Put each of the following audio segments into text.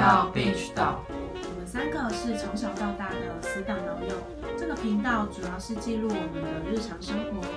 到 Beach 岛。 我们3个是从小到大的死党老友，这个频道主要是记录我们的日常生活。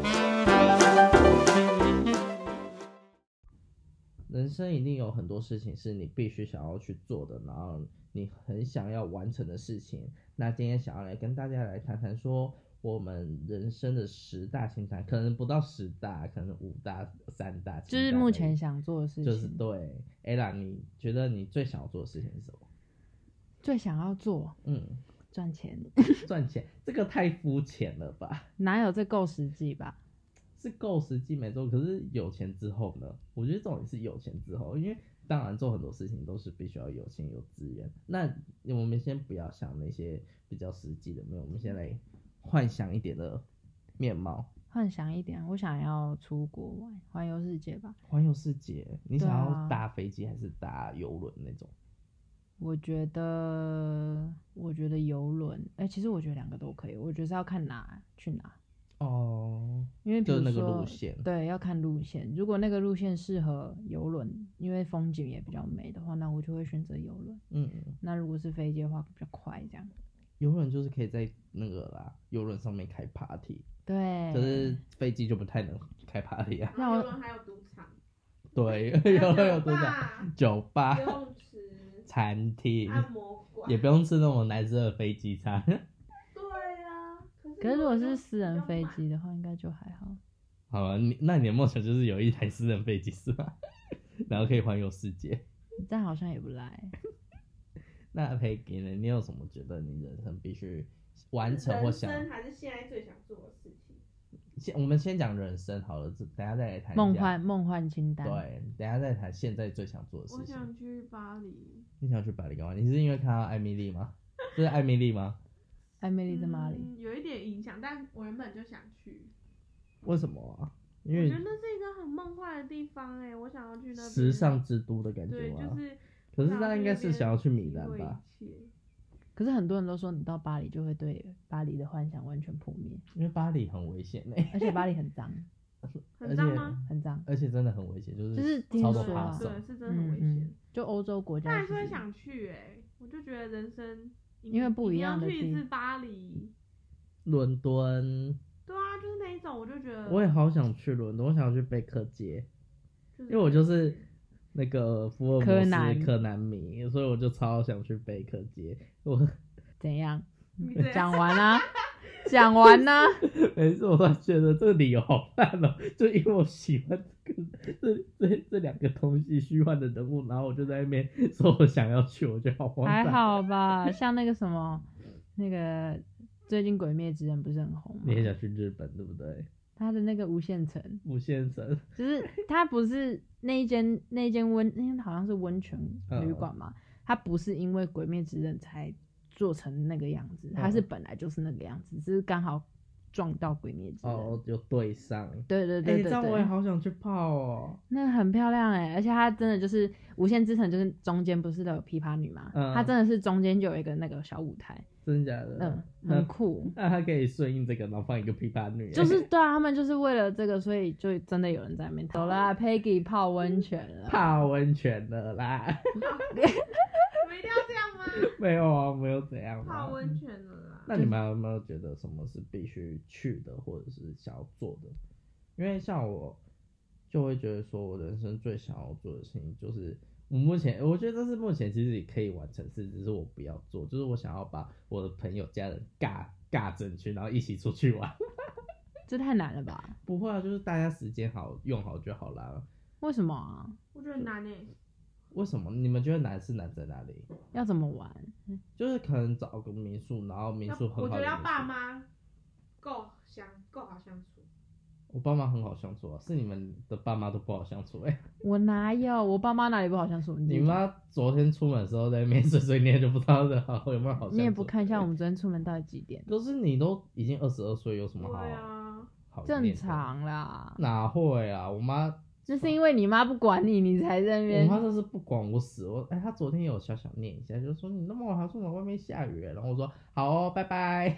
人生一定有很多事情是你必须想要去做的，然后你很想要完成的事情。那今天想要来跟大家来谈谈说我们人生的10大清单，可能不到10大，可能5大、3大， 就是目前想做的事情。 就是对。Ella， 你觉得你最想要做的事情是什么？ 最想要做，赚钱。 赚钱，这个太肤浅了吧？ 哪有这够实际吧？ 是够实际没错，可是有钱之后呢？我觉得重点是有钱之后，因为当然做很多事情都是必须要有钱有资源。那我们先不要想那些比较实际的，没有，我们先来幻想一点的面貌。 幻想一点，我想要出国玩，环游世界吧。 环游世界，你想要搭飞机还是搭邮轮那种？ 我觉得邮轮，其实我觉得2个都可以。我觉得是要看去哪。 哦， 因为比如说就是那个路线，对， 要看路线。如果那个路线适合邮轮，因为风景也比较美的话，那我就会选择邮轮。那如果是飞机的话，比较快这样。 邮轮就是可以在那个啦，邮轮上面开 party。 对， 可是飞机就不太能开 party 啊。 那邮轮还有赌场。 对，邮轮有赌场、酒吧、 游泳池、 餐厅、 按摩馆， 也不用吃那种难吃的飞机餐。 可是如果是私人飞机的话，应该就还好。 好啊，那你的梦想就是有一台私人飞机是吧？然后可以环游世界。 但好像也不赖。 那Peggy呢？你有什么觉得你人生必须完成或想？ 人生还是现在最想做的事情？ 我们先讲人生好了，等一下再来谈一下梦幻清单。 对，等一下再谈现在最想做的事情。 我想去巴黎。 你想去巴黎干嘛？你是因为看到艾米丽吗？这是艾米丽吗？ 艾米丽在哪里？ 有一点影响，但我原本就想去。 为什么啊？因为我觉得那是一个很梦幻的地方我想要去那边。 时尚之都的感觉对， 吗？ 就是。 可是他应该是想要去米兰吧？ 可是很多人都说你到巴黎就会对巴黎的幻想完全破灭， 因为巴黎很危险而且巴黎很脏。 很脏吗？ 很脏， 而且真的很危险， 就是超多扒手， 对，是真的很危险。 就欧洲国家， 但还是会想去我就觉得人生因为不一样的地方，去一次巴黎、 伦敦。 对啊，就是那一种，我就觉得我也好想去伦敦，我想要去贝克街，因为我就是那个福尔摩斯柯南迷，所以我就超想去贝克街。我怎样？讲完啦，讲完啦。 没事，我突然觉得这个理由好烂哦，就因为我喜欢这2个东西虚幻的人物，然后我就在那边说我想要去，我觉得好荒诞。 还好吧，像那个什么，那个最近《鬼灭之刃》不是很红吗？ 你也想去日本对不对？ 他的那个无限城，就是他不是那一间好像是温泉旅馆嘛，他不是因为《鬼灭之刃》才做成那个样子，他是本来就是那个样子，只是刚好撞到《鬼灭之刃》 有对上。 对， 这样我也好想去泡哦， 那很漂亮而且它真的就是无限之城，就是中间不是都有琵琶女嘛，它真的是中间就有一个那个小舞台。 真的假的？ 很酷。 那它可以顺应这个，然后放一个琵琶女。 就是对啊，他们就是为了这个，所以就真的有人在那边。走啦 ，Peggy 泡温泉了。 泡温泉了啦。 你们一定要这样吗？ 没有啊，没有怎样。 泡温泉了啦。 那你们有没有觉得什么是必须去的，或者是想要做的？因为像我就会觉得说，我人生最想要做的事情就是我觉得这是目前其实也可以完成事，只是我不要做，就是我想要把我的朋友家人尬整群，然后一起出去玩。 这太难了吧？ 不会啊，就是大家时间用好就好啦。 为什么啊？ 我觉得难为什么？你们觉得难是难在哪里？ 要怎么玩？ 就是可能找个民宿，然后民宿很好的民宿。 我觉得要爸妈够好相处。 我爸妈很好相处啊，是你们的爸妈都不好相处我哪有？我爸妈哪里不好相处？ 你妈昨天出门的时候在那边碎碎念，就不知道有没有好相处。 你也不看一下我们昨天出门到底几点？ 可是你都已经22岁，有什么好正常啦。 哪会啊？我妈那是因为你妈不管你，你才在那边。 我妈就是不管我死，她昨天有小念一下，就说你那么晚还出门，外面下雨然后我说好哦，拜拜。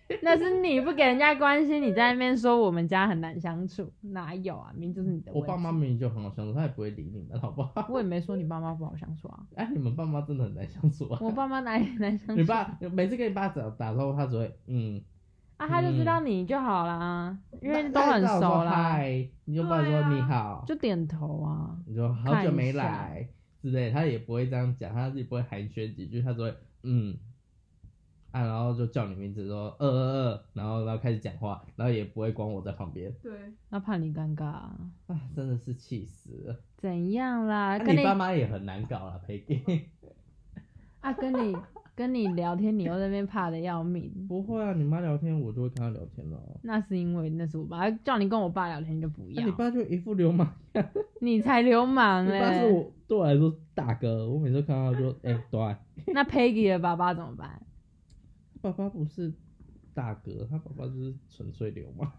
那是你不给人家关心，你在那边说我们家很难相处，哪有啊？明明就是你的问题。 我爸妈明明就很好相处，他也不会理你们，好不好？ 我也没说你爸妈不好相处啊。 哎，你们爸妈真的很难相处啊！ 我爸妈哪里难相处？ 你爸每次跟你爸打招呼，他只会他就知道你就好啦，因为都很熟啦。 嗨，你就不能说你好， 就点头啊。 你说好久没来之类，他也不会这样讲，他自己不会寒暄几句，他只会然后就叫你名字说然后开始讲话，然后也不会管我在旁边。 对， 那怕你尴尬啊。 真的是气死了。 怎样啦？ 你爸妈也很难搞啦，Peggy。 跟你聊天，你又在那边怕的要命。 不会啊，你妈聊天我就会跟她聊天了。 那是因为那是我爸叫你跟我爸聊天你就不要。 你爸就一副流氓样。 你才流氓嘞！ 你爸是对我来说大哥，我每次看到他就对。 那 Peggy 的爸爸怎么办？ 爸爸不是大哥，他爸爸就是纯粹流氓。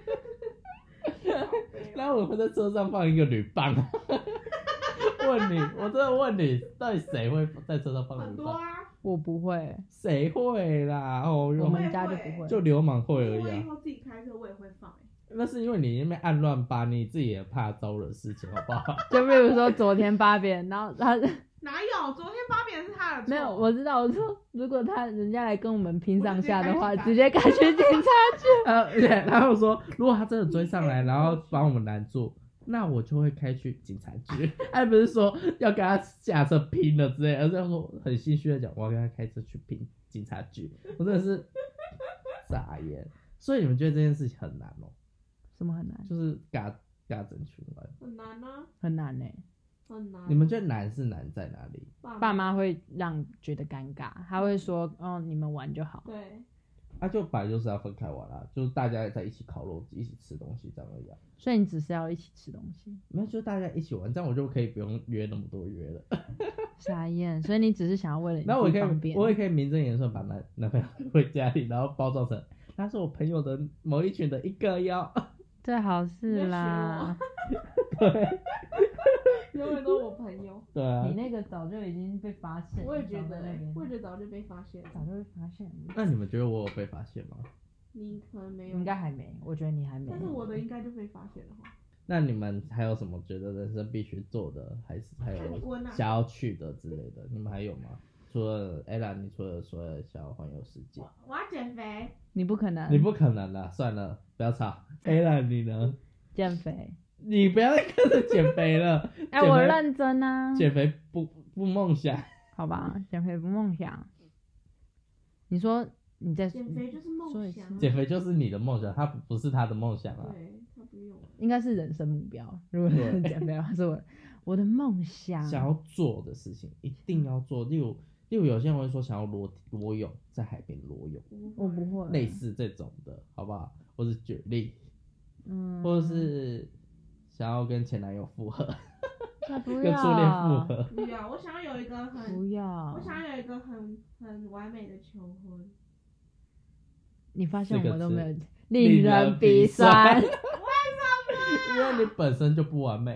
然后我会在车上放一个铝棒。问你，我真的问你，到底谁会在车上放铝棒？ 很多啊。 我不会。 谁会啦？ 我们家就不会。 就流氓会而已。 我以后自己开车我也会放。 那是因为你那边按乱扒，你自己也怕招惹事情，好不好？ 就比如说昨天8点，然后他哪有？昨天8点是他的错。 没有，我知道。我说如果人家来跟我们拼上下的话，直接赶去警察局。 然后说，如果他真的追上来，然后把我们拦住，那我就会开去警察局。不是说要跟他下车拼了之类，而是要说很心虚的讲，我要跟他开车去拼警察局。我真的是傻眼。所以你们觉得这件事情很难哦？ 什么很难？ 就是尬整群来。 很难啊。 很难呢。 很难。 你们觉得难是难在哪里？ 爸妈会让觉得尴尬，他会说你们玩就好。 对。 就本来就是要分开玩啦，就是大家在一起烤肉，一起吃东西这样而已啊。 所以你只是要一起吃东西？ 没有，就是大家一起玩，这样我就可以不用约那么多约了。 傻眼，所以你只是想要为了你然后我也可以名正言顺把男朋友带回家里，然后包装成他是我朋友的某一群的一个哟。 最好是啦。 对。 永远都是我朋友。 对啊。 你那个早就已经被发现。 我也觉得早就被发现了。 早就被发现了。 那你们觉得我有被发现吗？ 你可能没有。 应该还没，我觉得你还没。 但是我的应该就被发现了哈。 那你们还有什么觉得人生必须做的，还有想要去的之类的？你们还有吗？除了 Ella， 你除了说想要环游世界， 我要减肥。 你不可能。 你不可能啦，算了，不要吵。Ella， 你呢？ 减肥。 你不要再跟着减肥了。 我认真啊。 减肥不梦想。 好吧，减肥不梦想。你说你在减肥就是梦想。 减肥就是你的梦想，他不是他的梦想啊。 对，他不用。 应该是人生目标。如果是减肥的话，是我的梦想。 想要做的事情一定要做，例如有些人会说想要裸泳，在海边裸泳。 我不会。 类似这种的，好不好？或是举例。或者是想要跟前男友复合。跟初恋复合。 不要，我想要有一个不要。 我想要有一个很完美的求婚。 你发现我都没有令人鼻酸。为什么？ 因为你本身就不完美。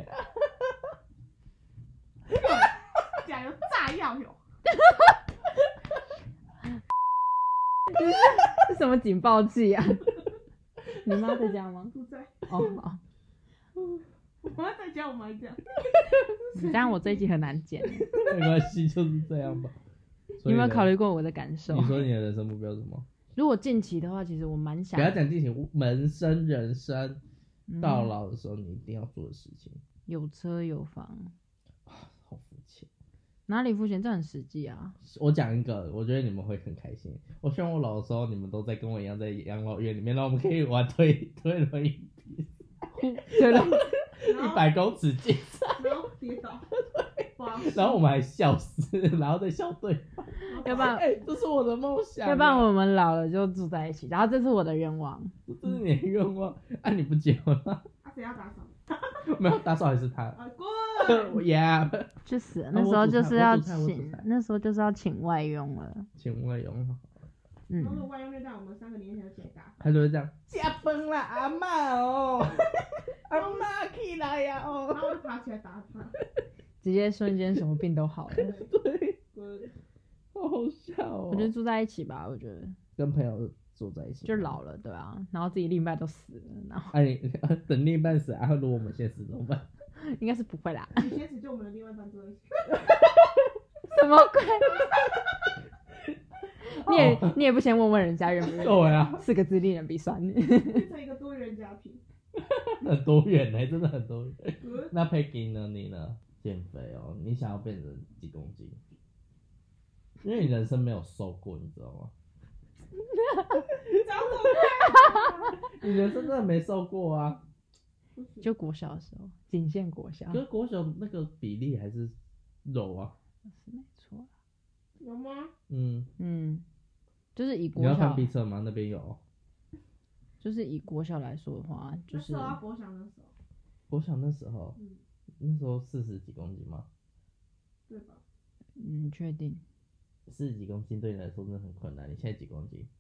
加油，炸药有。 这是什么警报器啊？你妈在家吗？ 不在。 哦。 我妈在家，我妈这样。 这样我这一集很难剪。 没关系，就是这样吧。 你有没有考虑过我的感受？ 你说你的人生目标是什么？ 如果近期的话，其实我蛮想。 不要讲近期，人生到老的时候你一定要做的事情。 有车有房。 好肤浅。 哪里肤浅？这很实际啊。 我讲一个，我觉得你们会很开心。我希望我老的时候，你们都在跟我一样在养老院里面，然后我们可以玩推轮椅比赛。100公尺竞赛， 然后跌倒， 然后我们还笑死，然后再笑对方。 要不然， 这是我的梦想。 要不然我们老了就住在一起，然后这是我的愿望。 这是你的愿望？你不结婚吗？ 谁要打扫？ 没有，打扫还是他。 滚 ！Yeah。 就是那时候就是要那时候就是要请外佣了。 请外佣。 然后外佣就在我们3个年前就起来打。 他就会这样。加班啦，阿嬷哦。阿嬷起来呀哦。 然后我就爬起来打他。 直接瞬间什么病都好了。 对。好好笑哦。 我觉得住在一起吧，我觉得。 跟朋友坐在一起， 就老了，对啊，然后自己另一半都死了，然后等另一半死，然后如果我们先死怎么办？ 应该是不会啦。 你先死，就我们的另外一半坐在一起。 什么鬼？你也不先问问人家愿不愿意？ 对啊 ，4个字令人鼻酸。 变成一个多元家庭。 很多元真的很多元。那 Peggy 呢？你呢？减肥哦，你想要变成几公斤？因为你人生没有瘦过，你知道吗？你人生真的没瘦过啊！ 就国小的时候，仅限国小。 可是国小那个比例还是肉啊。 是没错啦。 有吗？ 就是以国小。你要小。 看 B 册吗？那边有。 就是以国小来说的话，就是。 国小那时候。 国小那时候。那时候40几公斤吗？ 对吧？ 确定。 40几公斤对你来说真的很困难。你现在几公斤？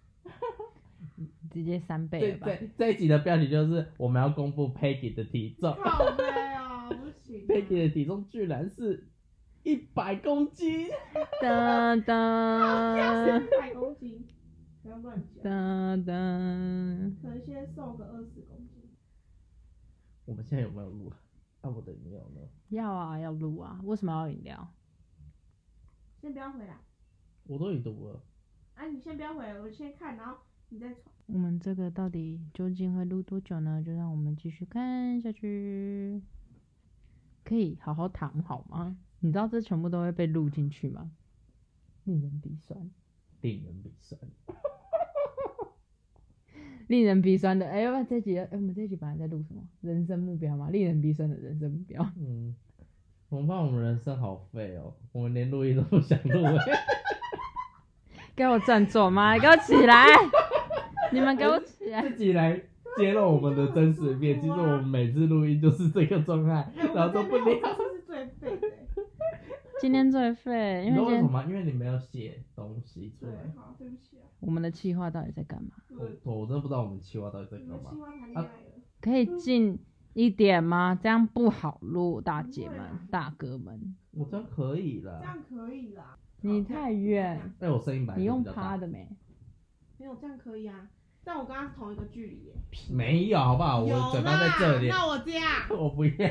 直接3倍了吧？ 这一集的标题就是我们要公布 Peggy 的体重。 好悲啊，不行。 Peggy 的体重居然是100公斤。 噔噔。 100公斤，不要乱讲。 噔噔。 可能先瘦个20公斤。 我们现在有没有录？我的饮料呢？ 要啊，要录啊。为什么要饮料？ 先不要回来。 我都已读了。 你先不要回来，我先看，然后你再传。 我们这个到底究竟会录多久呢？就让我们继续看下去。可以好好躺好吗？你知道这全部都会被录进去吗？令人鼻酸。 令人鼻酸。 令人鼻酸的，要不然我们这集本来在录什么？人生目标嘛，令人鼻酸的人生目标。 我怕我们人生好废哦，我们连录音都不想录。 给我振作吗？给我起来！你们给我起来！ 自己来揭露我们的真实面。其实我们每次录音就是这个状态，然后都不聊。 这是最废的。 今天最废，因为为什么？因为你没有写东西出来。 对，好，对不起啊。 我们的企划到底在干嘛？ 我真的不知道我们企划到底在干嘛。 企划谈恋爱了。 可以近一点吗？这样不好录，大姐们、大哥们。 我这样可以啦。 这样可以啦。 你太远。 我声音本来就你用比较大趴的没？ 没有，这样可以啊。但我跟他是同一个距离耶。 没有，好不好？我嘴巴在这里。 那我这样。 我不要。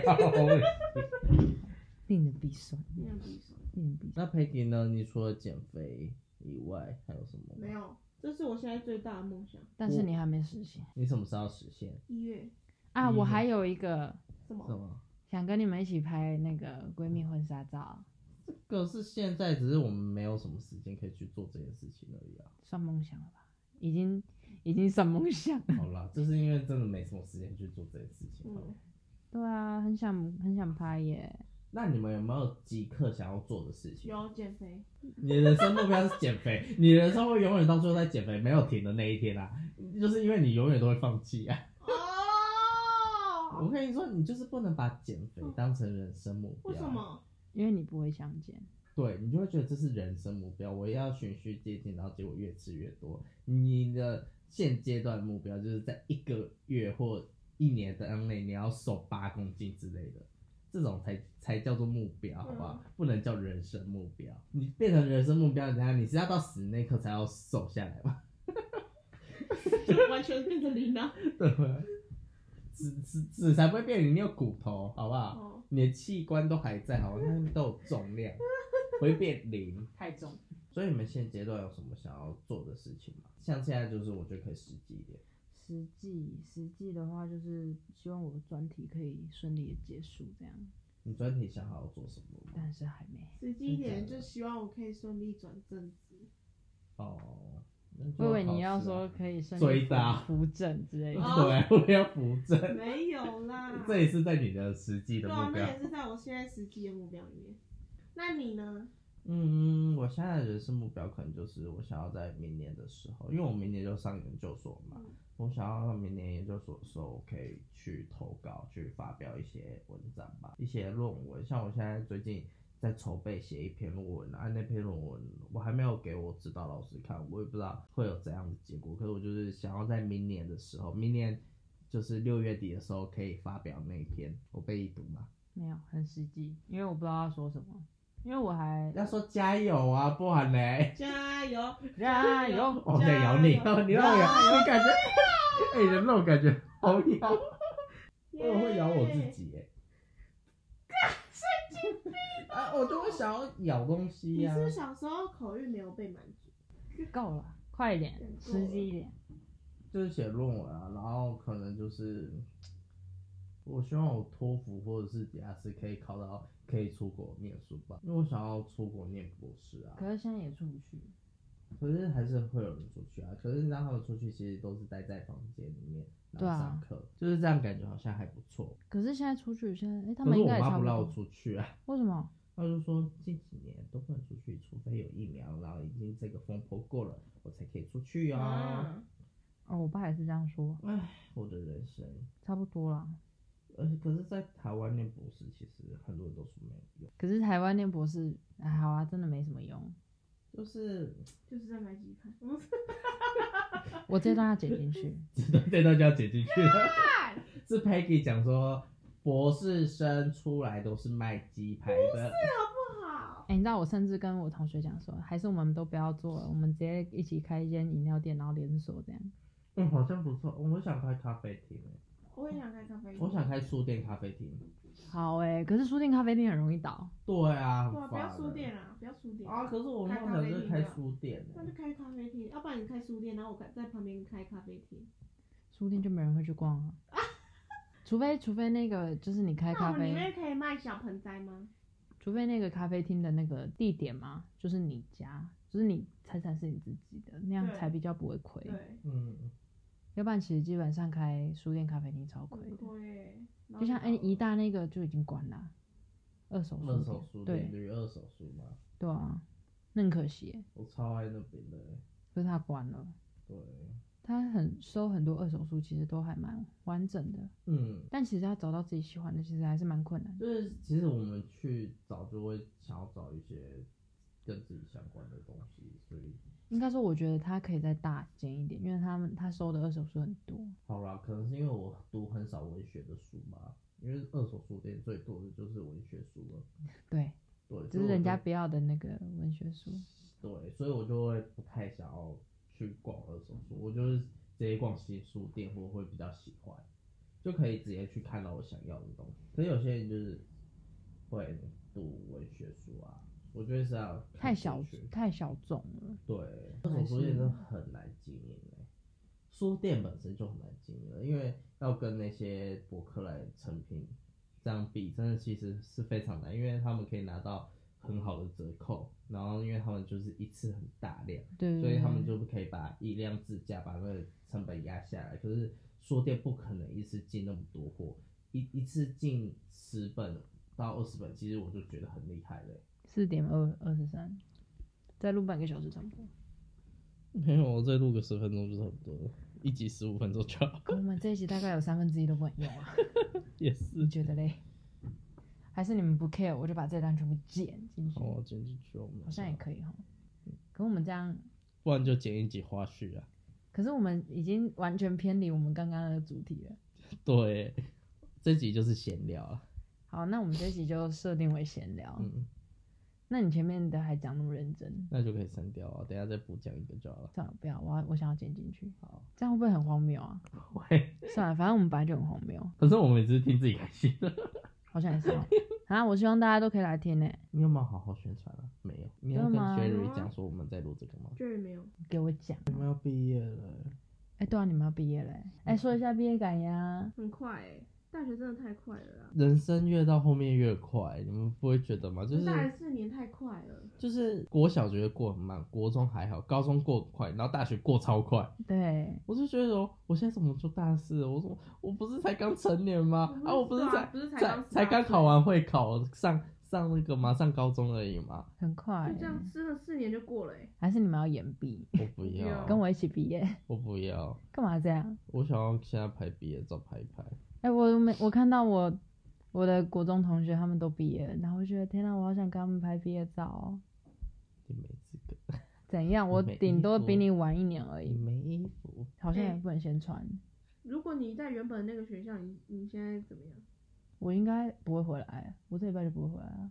令人鼻酸。 那 Peggy 呢？你除了减肥以外还有什么？ 没有，这是我现在最大的梦想。 但是你还没实现。 你什么时候要实现 ？1月。 我还有一个。 什么？ 想跟你们一起拍那个闺蜜婚纱照。 这个是现在，只是我们没有什么时间可以去做这件事情而已啊。 算梦想了吧？已经算梦想了。 好啦，就是因为真的没什么时间去做这件事情。 对啊，很想拍耶。 那你们有没有即刻想要做的事情？ 有减肥。 你的人生目标是减肥，你的人生会永远到最后在减肥没有停的那一天啊，就是因为你永远都会放弃啊。我跟你说，你就是不能把减肥当成人生目标。 为什么？ 因为你不会想减。 对，你就会觉得这是人生目标，我要循序渐进，然后结果越吃越多。你的现阶段目标就是在1个月或1年当内你要瘦8公斤之类的，这种才叫做目标，好不好？不能叫人生目标。你变成人生目标，你是要到死那一刻才要瘦下来吗？ 就完全变成零啊！ 对吧？纸才不会变零，你有骨头，好不好？你的器官都还在，好吧？他们都有重量，不会变零， 太重。 所以你们现阶段有什么想要做的事情吗？像现在就是我觉得可以实际一点。 实际的话就是希望我的专题可以顺利的结束，这样。 你专题想好要做什么吗？ 但是还没。 实际一点就希望我可以顺利转正职。 我以为你要说可以顺利扶正之类的。 对，我要扶正。 没有啦。 这也是在你的实际的目标。 对啊，那也是在我现在实际的目标里面。那你呢？ 我现在的人生目标可能就是我想要在明年的时候，因为我明年就上研究所嘛，我想要明年研究所的时候，我可以去投稿，去发表一些文章吧，一些论文。像我现在最近在筹备写一篇论文啊，那篇论文我还没有给我指导老师看，我也不知道会有怎样的结果。可是我就是想要在明年的时候，明年就是6月底的时候可以发表那一篇。我背一读吗？ 没有，很实际，因为我不知道要说什么。 因为我还要说加油啊，不然呢？ 加油， 加油， 我在咬你，你让我咬，你感觉，哎，你的那种感觉好咬，我会咬我自己哎。神经病啊！我就会想要咬东西呀。 你是小时候口欲没有被满足？ 够了，快一点，实际一点。 就是写论文啊，然后可能就是我希望我托福或者是雅思可以考到可以出国念书吧，因为我想要出国念博士啊。 可是现在也出不去。 可是还是会有人出去啊，可是让他们出去其实都是待在房间里面，然后上课，就是这样感觉好像还不错。 可是现在出去，现在他们应该也差不多。 可是我妈不让我出去啊。 为什么？ 她就说近几年都不能出去，除非有疫苗，然后已经这个风波过了，我才可以出去哦。 哦，我爸也是这样说。 唉，我的人生差不多啦。 可是，在台湾念博士，其实很多人都说没有用。 可是台湾念博士，好啊，真的没什么用。 就是在买鸡排。 我这段要剪进去。 这段就要剪进去了。是 Peggy 讲说，博士生出来都是卖鸡排的。不是好不好？ 你知道我甚至跟我同学讲说，还是我们都不要做了，我们直接一起开一间饮料店，然后连锁这样。 好像不错。我想开咖啡厅。 我也想开咖啡厅。 我想开书店咖啡厅。 好可是书店咖啡店很容易倒。 对啊， 不要书店啊，不要书店啊！可是我梦想就是开书店。 那就开咖啡厅，要不然你开书店，然后我在旁边开咖啡厅。 书店就没人会去逛了。除非那个就是你开咖啡， 那我们里面可以卖小盆栽吗？ 除非那个咖啡厅的那个地点嘛，就是你家，就是你财产是你自己的，那样才比较不会亏。 对， 要不然其实基本上开书店咖啡厅超亏的。 对， 就像宜大那个就已经关了，二手书店对，二手书嘛。 对啊，那很可惜。 我超爱那边的。 可是它关了。 对。 他收很多二手书，其实都还蛮完整的。但其实要找到自己喜欢的，其实还是蛮困难的。 就是其实我们去找，就会想要找一些跟自己相关的东西，所以应该说，我觉得他可以再大间一点，因为他收的二手书很多。 好啦，可能是因为我读很少文学的书吧，因为二手书店最多的就是文学书了。 对，就是人家不要的那个文学书。 对，所以我就会不太想要去逛二手书，我就是直接逛新书店，我会比较喜欢，就可以直接去看到我想要的东西。可是有些人就是会读文学书啊，我觉得是要太小众了。 对，二手书店真的很难经营书店本身就很难经营了，因为要跟那些博客来成品这样比，真的其实是非常难，因为他们可以拿到很好的折扣，然后因为他们就是一次很大量， 对， 所以他们就可以把以量制价，把那个成本压下来。可是书店不可能一次进那么多货，一次进10本到20本，其实我就觉得很厉害了。 4.23，再录半个小时差不多。 没有，我再录个10分钟就差不多了，一集15分钟就好。 我们这一集大概有1/3都不能用啊。 也是。 你觉得嘞？还是你们不 care， 我就把这段全部剪进去。 哦，剪进去好像也可以哈。可我们这样， 不然就剪一集花絮啊。 可是我们已经完全偏离我们刚刚的主题了。 对，这集就是闲聊啊。 好，那我们这集就设定为闲聊。那你前面的还讲那么认真， 那就可以删掉啊，等一下再补讲一个就好了。 算了，不要，我想要剪进去。 好， 这样会不会很荒谬啊？ 会。 算了，反正我们本来就很荒谬。 可是我们也是听自己开心的。 好像也是啊，我希望大家都可以来听呢。 你有没有好好宣传啊？没有。你要跟 Jerry 讲说我们在录这个吗 ？Jerry 没有。 给我讲。 你们要毕业了。 对啊，你们要毕业了。说一下毕业感呀。 很快大学真的太快了啦。 人生越到后面越快，你们不会觉得吗？就是大学4年太快了。 就是国小觉得过很慢，国中还好，高中过很快，然后大学过超快。 对。 我就觉得说，我现在怎么做大四了？我不是才刚成年吗？我不是才刚考完会考上那个嘛，上高中而已嘛。 很快。 就这样吃了4年就过了还是你们要延毕？ 我不要。 跟我一起毕业。 我不要。 干嘛这样？ 我想要现在拍毕业照拍一拍。 我看到我的国中同学他们都毕业了，然后我觉得天哪，我好想跟他们拍毕业照哦。 你没资格。 怎样？我顶多比你晚1年而已。 你没衣服。 好像也不能先穿。 如果你在原本那个学校，你现在怎么样？ 我应该不会回来，我这礼拜就不会回来了。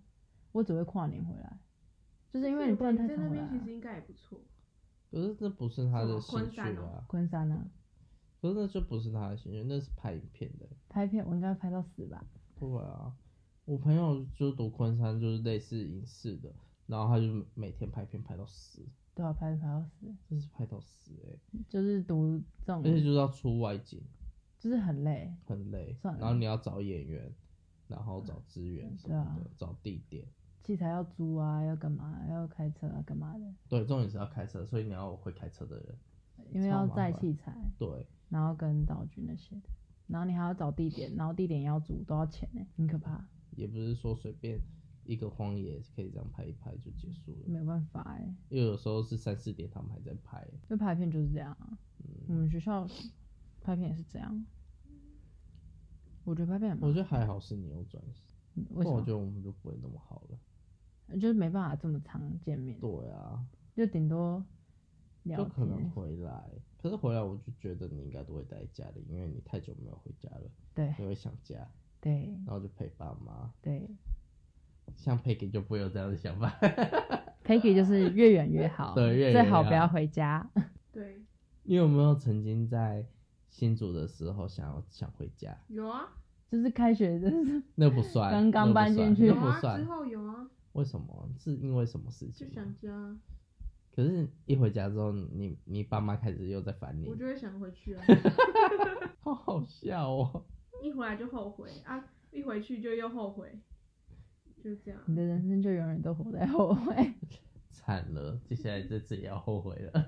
我只会跨年回来，就是因为你不能太常回来、 在那边其实应该也不错。 可是这不是他的兴趣啊， 昆山啊， 可是那就不是他的兴趣，那是拍影片的。 拍片我应该拍到死吧？ 对啊，我朋友就读昆山，就是类似影视的，然后他就每天拍片拍到死。 对啊，拍到死， 真是拍到死就是读这种， 而且就是要出外景， 就是很累， 很累。 算了然后你要找演员，然后找资源什么的，找地点。 器材要租啊，要干嘛？要开车啊，干嘛的？ 对，重点是要开车，所以你要会开车的人， 因为要载器材， 对， 然后跟道具那些的，然后你还要找地点，然后地点也要租，都要钱呢，很可怕。 也不是说随便一个荒野可以这样拍一拍就结束了， 没有办法因为有时候是3、4点他们还在拍， 因为拍片就是这样啊。我们学校拍片也是这样，我觉得拍片很， 我觉得还好是你有转型， 为什么？ 我觉得我们就不会那么好了。 就是没办法这么常见面， 对啊， 就顶多聊天， 就可能回来，可是回来我就觉得你应该都会待在家里，因为你太久没有回家了， 对， 你会想家， 对， 然后就陪爸妈， 对， 像 Peggy 就不会有这样的想法 ，Peggy 就是越远越好， 对，越远越好最好不要回家。 对， 你有没有曾经在新竹的时候想回家？ 有啊， 就是开学的那不算， 刚刚搬进去有啊， 那不算之。后有啊， 为什么？是因为什么事情就吗？ 想家， 可是，一回家之后，你爸妈开始又在烦你我，就会想回去啊。 好好笑哦。 一回来就后悔啊，一回去就又后悔，就这样。 你的人生就永远都活在后悔。 惨了，接下来这次也要后悔了。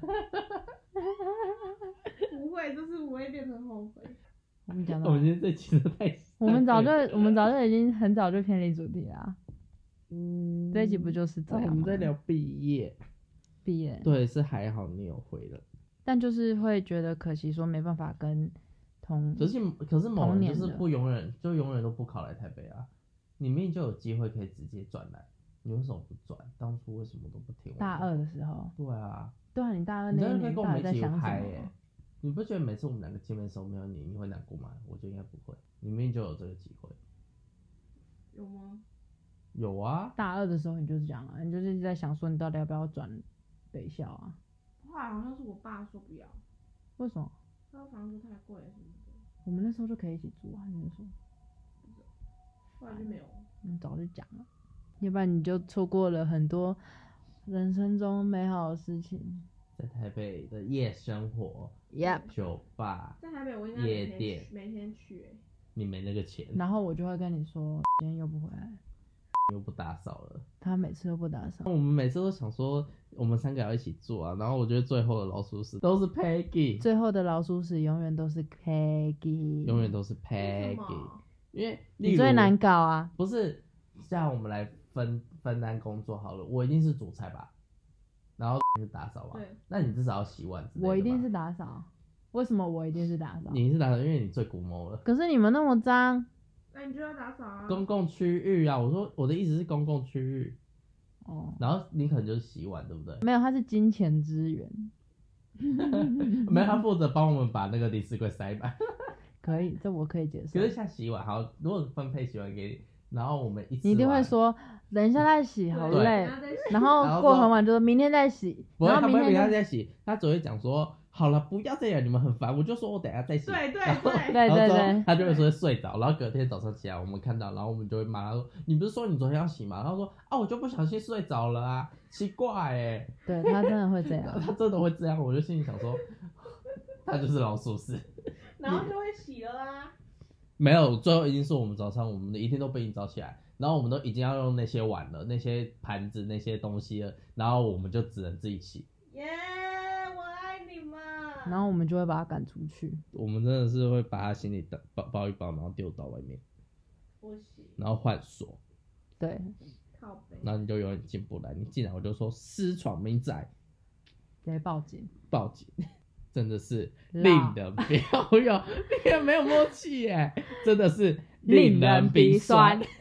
不会，就是不会变成后悔。 我们讲到我们今天这期都太…… 我们早就已经很早就偏离主题啦。这一集不就是这样吗？ 我们在聊毕业， 毕业， 对，是还好你有回了。 但就是会觉得可惜，说没办法跟可是某人就是同永远都不考来台北啊，你明明就有机会可以直接转来，你为什么不转？当初为什么都不听？ 大2的时候， 对啊， 对啊，你大2 你在那那一年边跟我们一起到底在想什拍么？ 你不觉得每次我们两个见面的时候没有你会难过吗？我觉得应该不会，你明明就有这个机会。 有吗？ 有啊， 大2的时候你就是这样啊，你就是在想说你到底要不要转北校啊？ 后来好像是我爸说不要， 为什么？ 他说房租太贵了什么的， 我们那时候就可以一起住啊，你就说， 后来就没有。 早就讲了，要不然你就错过了很多人生中美好的事情。 在台北的夜生活， Yep， 酒吧， 在台北我应该夜店每天去你没那个钱， 然后我就会跟你说，今天又不回来， 又不打扫了。 他每次都不打扫。 我们每次都想说，我们3个要一起做啊，然后我觉得最后的老鼠屎都是 Peggy， 最后的老鼠屎永远都是 Peggy， 永远都是为什 Peggy， 么因为你最难搞啊。 不是，像我们来分担工作好了，我一定是煮菜吧，然后是打扫吧， 对， 那你至少要洗碗之类的吧。 我一定是打扫，为什么我一定是打扫？ 你是打扫，因为你最古摸了。 可是你们那么脏。 那你就要打扫啊。 公共区域啊，我说我的意思是公共区域， 哦， 然后你可能就是洗碗，对不对？ 没有，它是金钱资源， 没有，他负责帮我们把那个零食柜塞满。 可以，这我可以接受可。是像洗碗，好，如果分配洗碗给你，然后我们一起， 你一定会说，等一下再洗，好对累等一下再洗。 然后过很晚就说明天再洗， 不会， 然后明他不会明天天再洗，他只会讲说，好了，不要这样，你们很烦，我就说我等一下再洗。 对对然后对对然后之后对他就会说睡着，然后隔天早上起来我们看到，然后我们就会骂他说，你不是说你昨天要洗吗？他说啊，我就不小心睡着了啊，奇怪哎， 对他真的会这样。 他真的会这样，我就心里想说，他就是老鼠屎。 然后就会洗了啊。 没有，最后一定是我们早上，我们一天都被你早起来，然后我们都已经要用那些碗了、那些盘子、那些东西了，然后我们就只能自己洗。 耶，我爱你们。 然后我们就会把他赶出去。 我们真的是会把他行李包一包，然后丢到外面， 我洗。 然后换锁， 对， 靠背。 然后你就永远进不来。你进来我就说私闯民宅， 直接报警。 报警。真的是辣令人不要有，令人没有默契耶，真的是令人鼻酸酸。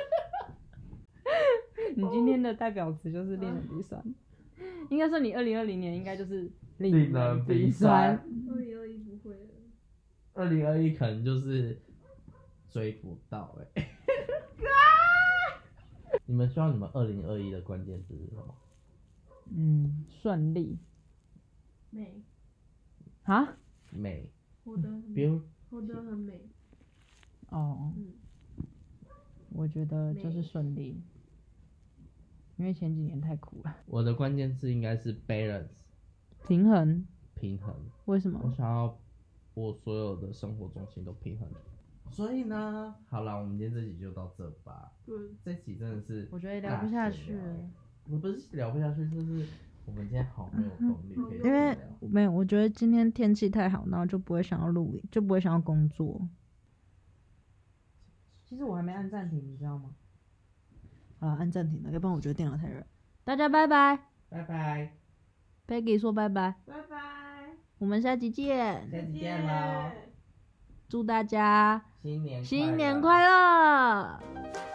你今天的代表词就是令人鼻酸，应该说你2020年应该就是令人鼻酸。 2021不会了。 2021可能就是追不到你们希望你们2021的关键字是什么？ 顺利。 美。 啊？ 美。 活得很美。 活得很美。 哦。我觉得就是顺利，因为前几年太苦了。 我的关键字应该是 balance， 平衡。 平衡。 为什么？ 我想要我所有的生活重心都平衡。所以呢，好了，我们今天这集就到这吧。这集真的是我觉得聊不下去了。 我不是聊不下去，就是我们今天好没有动力可以聊。 因为没有，我觉得今天天气太好，然后就不会想要录影，就不会想要工作。其实我还没按暂停，你知道吗？好了，按暂停了，要不然我觉得电脑太热。大家拜拜。 拜拜。 Peggy 说拜拜。 拜拜。 我们下集见。 下集见喽。 祝大家新年快乐。